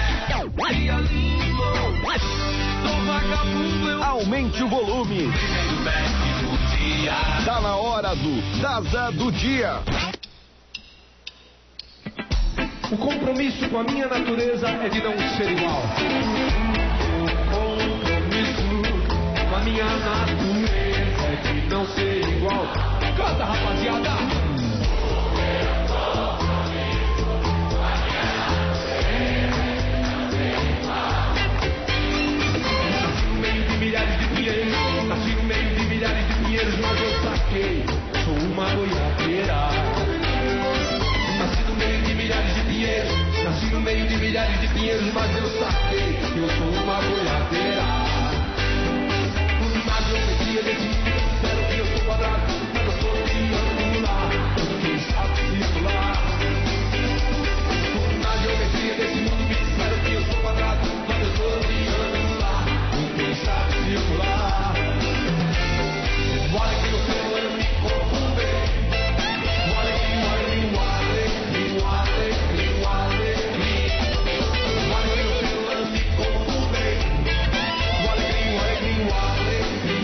Aumente o volume. Tá na hora do Daza do Dia. O compromisso com a minha natureza é de não ser igual. A minha natureza é de não ser igual. Canta, rapaziada! Nasci no meio de milhares de pinheiros, nasci no meio de milhares de pinheiros, mas eu saquei, sou uma goiabeira. Nasci no meio de milhares de pinheiros, nasci no meio de milhares de pinheiros, mas eu saquei, eu sou uma goiabeira. Geometria desse mundo, espero que eu sou quadrado, mas eu sou triangular, quem sabe circular. Na geometria desse mundo, espero que eu sou quadrado, mas eu sou triangular, quem sabe circular. Olha que o seu ano me confunde, olha que o alecrim, o alecrim, o alecrim, o alecrim. Olha que o seu ano me confunde, o alecrim, o alecrim, o alecrim.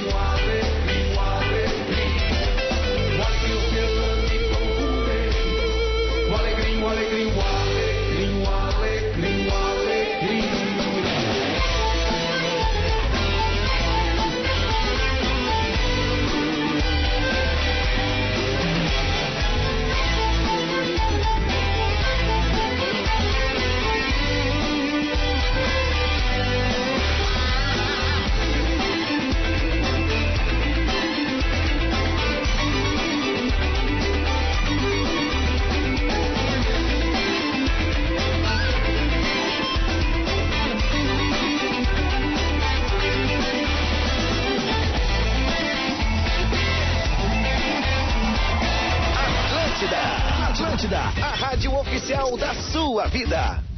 Atlântida, a rádio oficial da sua vida.